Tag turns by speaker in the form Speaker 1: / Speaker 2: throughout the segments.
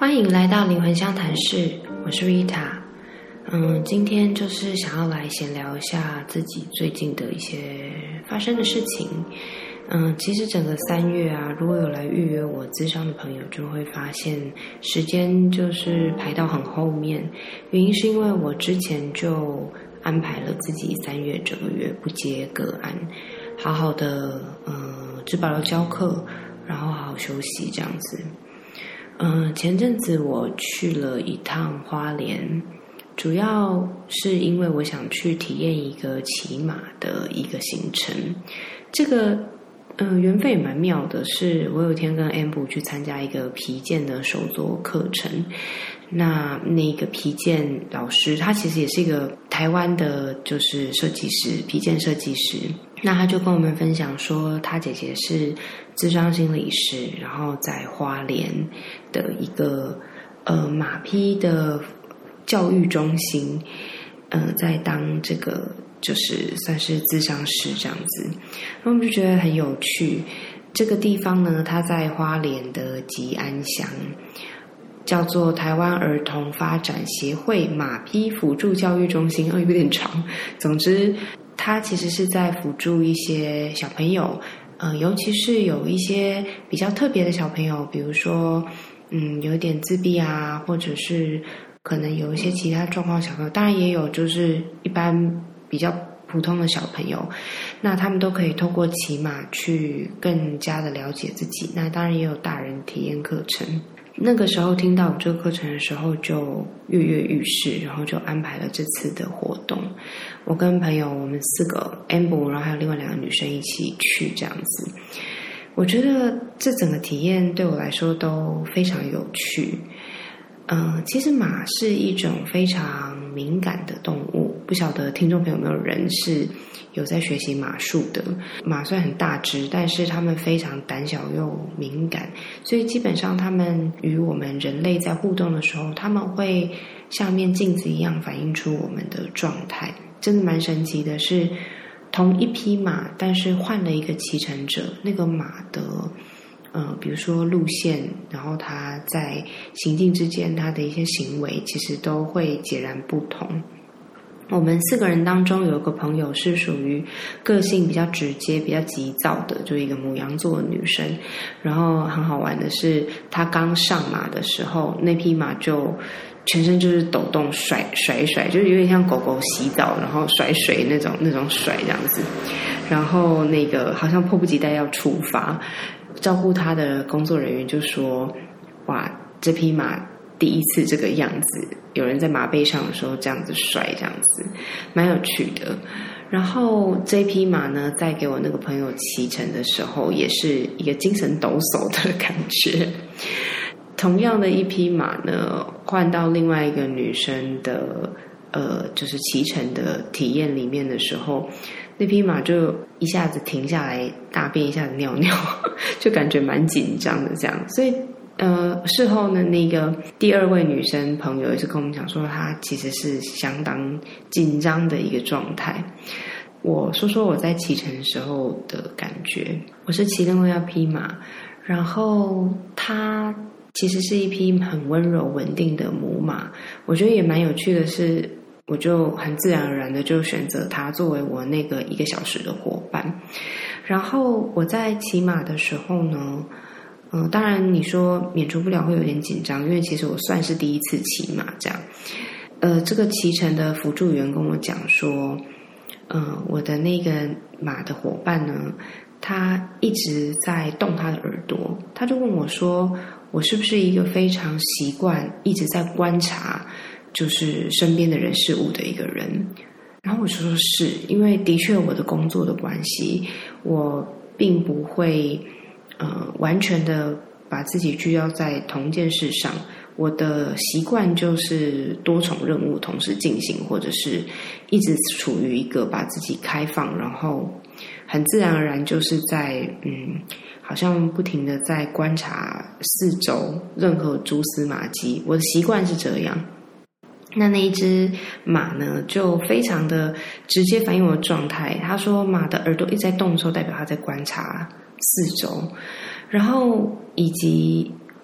Speaker 1: 欢迎来到灵魂相谈室，我是 Rita。今天就是想要来闲聊一下自己最近的一些发生的事情。其实整个3月啊，如果有来预约我咨商的朋友，就会发现时间就是排到很后面。原因是因为我之前就安排了自己3月整个月不接个案，好好的只保留教课，然后好好休息这样子。前阵子我去了一趟花莲，主要是因为我想去体验一个骑马的一个行程。这个缘分也蛮妙的，是我有一天跟 Amber 去参加一个皮件的手作课程。那个皮件老师他其实也是一个台湾的就是设计师，皮件设计师。那他就跟我们分享说，他姐姐是諮商心理师，然后在花莲的一个马匹的教育中心在当这个就是算是諮商师这样子。然后我们就觉得很有趣。这个地方呢，它在花莲的吉安乡，叫做台湾儿童发展协会马匹辅助教育中心，有点长。总之它其实是在辅助一些小朋友，尤其是有一些比较特别的小朋友，比如说有点自闭啊，或者是可能有一些其他状况小朋友，当然也有就是一般比较普通的小朋友，那他们都可以透过骑马去更加的了解自己。那当然也有大人体验课程。那个时候听到这个课程的时候就跃跃欲试，然后就安排了这次的活动。我跟朋友我们4个 Amber， 然后还有另外2个女生一起去这样子。我觉得这整个体验对我来说都非常有趣。其实马是一种非常敏感的动物，不晓得听众朋友有没有人是有在学习马术的。马虽然很大只，但是他们非常胆小又敏感，所以基本上他们与我们人类在互动的时候，他们会像面镜子一样反映出我们的状态。真的蛮神奇的是，同一匹马，但是换了一个骑乘者，那个马的比如说路线，然后他在行进之间他的一些行为其实都会截然不同。我们4个人当中有一个朋友是属于个性比较直接比较急躁的，就是一个牡羊座的女生。然后很好玩的是，她刚上马的时候，那匹马就全身就是抖动甩，就是有点像狗狗洗澡然后甩水那种甩这样子。然后好像迫不及待要出发，照顾他的工作人员就说，哇，这匹马第一次这个样子，有人在马背上的时候这样子甩，这样子蛮有趣的。然后这匹马呢，在给我那个朋友骑乘的时候，也是一个精神抖擞的感觉。同样的一匹马呢，换到另外一个女生的就是骑乘的体验里面的时候，那匹马就一下子停下来大便，一下子尿尿，就感觉蛮紧张的这样。所以事后呢，那个第2位女生朋友也是跟我们讲说，她其实是相当紧张的一个状态。我说说我在骑乘时候的感觉。我是骑另外一匹马，然后它其实是一匹很温柔稳定的母马。我觉得也蛮有趣的是，我就很自然而然的就选择它作为我那个1个小时的伙伴。然后我在骑马的时候呢，当然你说免除不了会有点紧张，因为其实我算是第一次骑马这样。这个骑乘的辅助员跟我讲说，我的那个马的伙伴呢，他一直在动他的耳朵。他就问我说，我是不是一个非常习惯一直在观察就是身边的人事物的一个人。然后我说是，因为的确我的工作的关系，我并不会完全的把自己聚焦在同一件事上。我的习惯就是多重任务同时进行，或者是一直处于一个把自己开放，然后很自然而然就是在好像不停的在观察四周任何蛛丝马迹。我的习惯是这样。那一只马呢，就非常的直接反映我的状态。他说马的耳朵一直在动的时候，代表他在观察四周，然后以及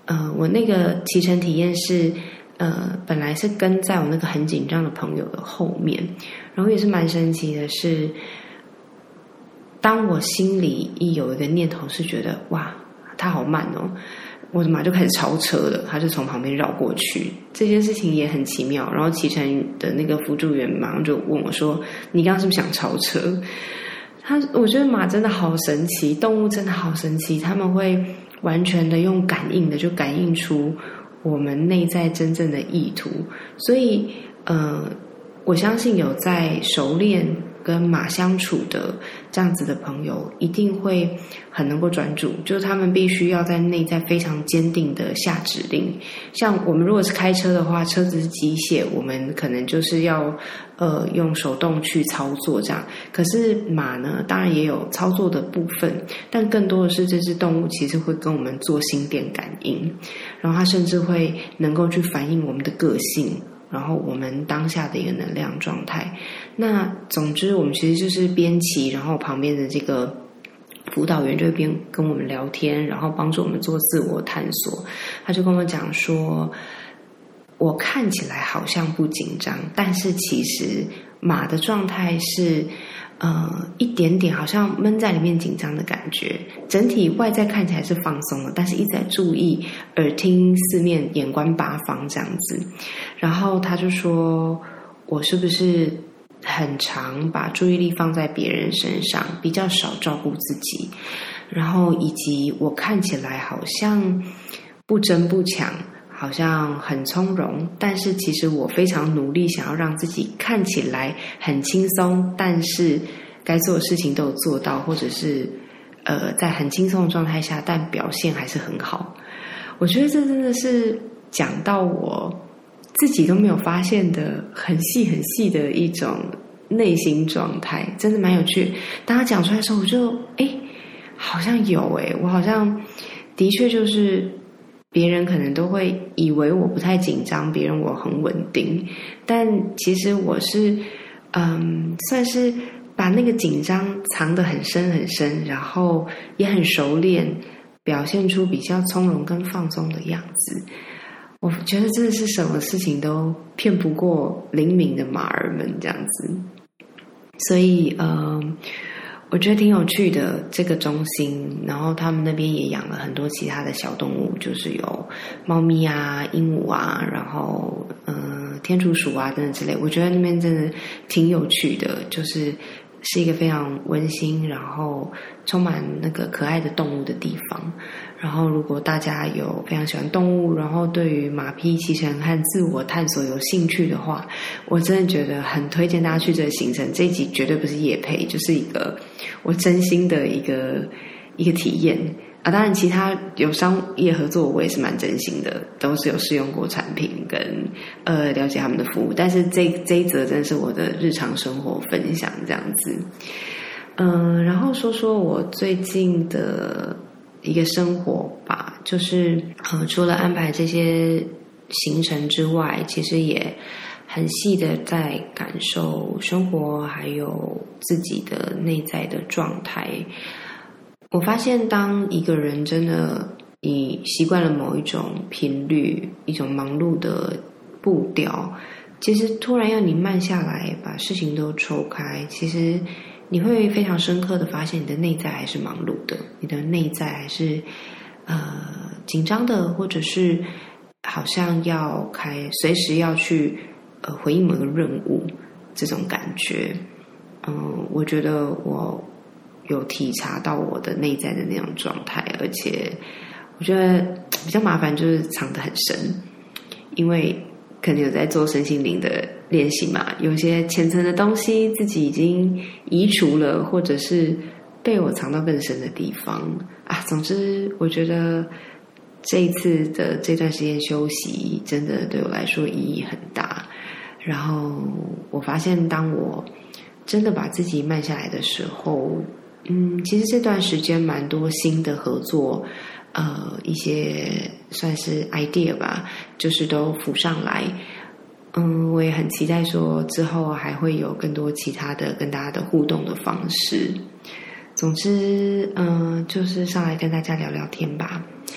Speaker 1: 我那个骑乘体验是本来是跟在我那个很紧张的朋友的后面，然后也是蛮神奇的是，当我心里一有一个念头是觉得哇他好慢哦，我的马就开始超车了，他就从旁边绕过去，这件事情也很奇妙。然后骑乘的那个辅助员马上就问我说你刚刚是不是想超车？我觉得马真的好神奇，动物真的好神奇，他们会完全的用感应的就感应出我们内在真正的意图。所以我相信有在熟练跟马相处的这样子的朋友一定会很能够专注，就是他们必须要在内在非常坚定的下指令。像我们如果是开车的话，车子是机械，我们可能就是要用手动去操作这样。可是马呢，当然也有操作的部分，但更多的是这只动物其实会跟我们做心电感应，然后它甚至会能够去反映我们的个性，然后我们当下的一个能量状态。那总之我们其实就是边骑，然后旁边的这个辅导员就会边跟我们聊天，然后帮助我们做自我探索。他就跟我讲说，我看起来好像不紧张，但是其实马的状态是一点点好像闷在里面紧张的感觉，整体外在看起来是放松的，但是一直在注意耳听四面，眼观八方这样子。然后他就说我是不是很常把注意力放在别人身上，比较少照顾自己，然后以及我看起来好像不争不抢，好像很从容，但是其实我非常努力想要让自己看起来很轻松，但是该做的事情都有做到，或者是在很轻松的状态下，但表现还是很好。我觉得这真的是讲到我自己都没有发现的很细很细的一种内心状态，真的蛮有趣。当他讲出来的时候，我就好像有我好像的确就是别人可能都会以为我不太紧张，别人我很稳定，但其实我是算是把那个紧张藏得很深很深，然后也很熟练，表现出比较从容跟放松的样子。我觉得真的是什么事情都骗不过灵敏的马儿们这样子。所以我觉得挺有趣的这个中心，然后他们那边也养了很多其他的小动物，就是有猫咪啊、鹦鹉啊，然后天竺鼠啊等等之类。我觉得那边真的挺有趣的，是一个非常温馨，然后充满那个可爱的动物的地方。然后如果大家有非常喜欢动物，然后对于马匹骑乘和自我探索有兴趣的话，我真的觉得很推荐大家去这个行程。这一集绝对不是业配，就是一个我真心的一个体验啊。当然其他有商业合作我也是蛮真心的，都是有试用过产品跟了解他们的服务，但是这一则真的是我的日常生活分享这样子。然后说说我最近的一个生活吧，就是除了安排这些行程之外，其实也很细的在感受生活还有自己的内在的状态。我发现当一个人真的你习惯了某一种频率，一种忙碌的步调，其实突然要你慢下来把事情都抽开，其实你会非常深刻的发现你的内在还是忙碌的，你的内在还是紧张的，或者是好像要随时要去回应某个任务这种感觉。我觉得我有体察到我的内在的那种状态，而且我觉得比较麻烦就是藏得很深，因为可能有在做身心灵的练习嘛，有些浅层的东西自己已经移除了，或者是被我藏到更深的地方啊。总之我觉得这一次的这段时间休息真的对我来说意义很大。然后我发现当我真的把自己慢下来的时候，其实这段时间蛮多新的合作一些算是 idea 吧，就是都浮上来。我也很期待说之后还会有更多其他的跟大家的互动的方式。总之就是上来跟大家聊聊天吧。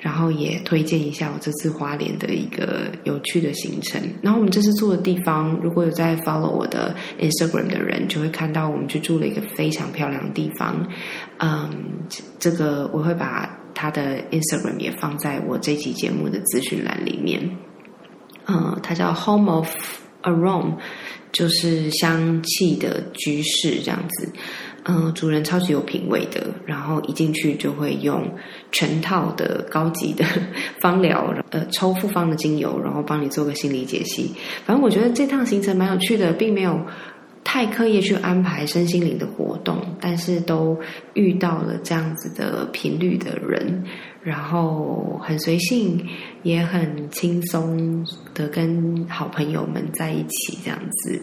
Speaker 1: 然后也推荐一下我这次花莲的一个有趣的行程。然后我们这次住的地方，如果有在 follow 我的 Instagram 的人，就会看到我们去住了一个非常漂亮的地方。这个我会把他的 Instagram 也放在我这期节目的资讯栏里面。它叫 Home of Aroma， 就是香气的居室这样子。主人超级有品味的，然后一进去就会用全套的高级的芳疗，抽复方的精油，然后帮你做个心理解析。反正我觉得这趟行程蛮有趣的，并没有太刻意去安排身心灵的活动，但是都遇到了这样子的频率的人，然后很随性，也很轻松的跟好朋友们在一起这样子。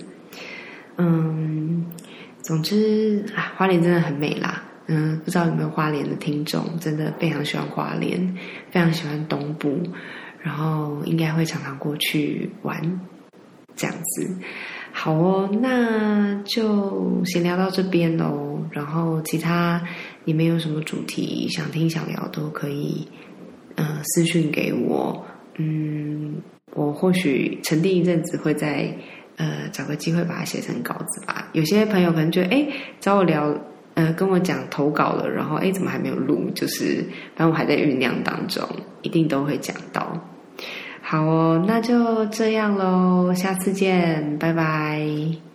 Speaker 1: 总之花莲真的很美啦。不知道有没有花莲的听众，真的非常喜欢花莲，非常喜欢东部，然后应该会常常过去玩这样子。好哦，那就先聊到这边咯。然后其他你们有什么主题想听想聊都可以私讯给我。我或许沉淀一阵子会再找个机会把它写成稿子吧。有些朋友可能觉得找我聊跟我讲投稿了，然后怎么还没有录，就是反正我还在酝酿当中，一定都会讲到。好哦，那就这样咯，下次见，拜拜。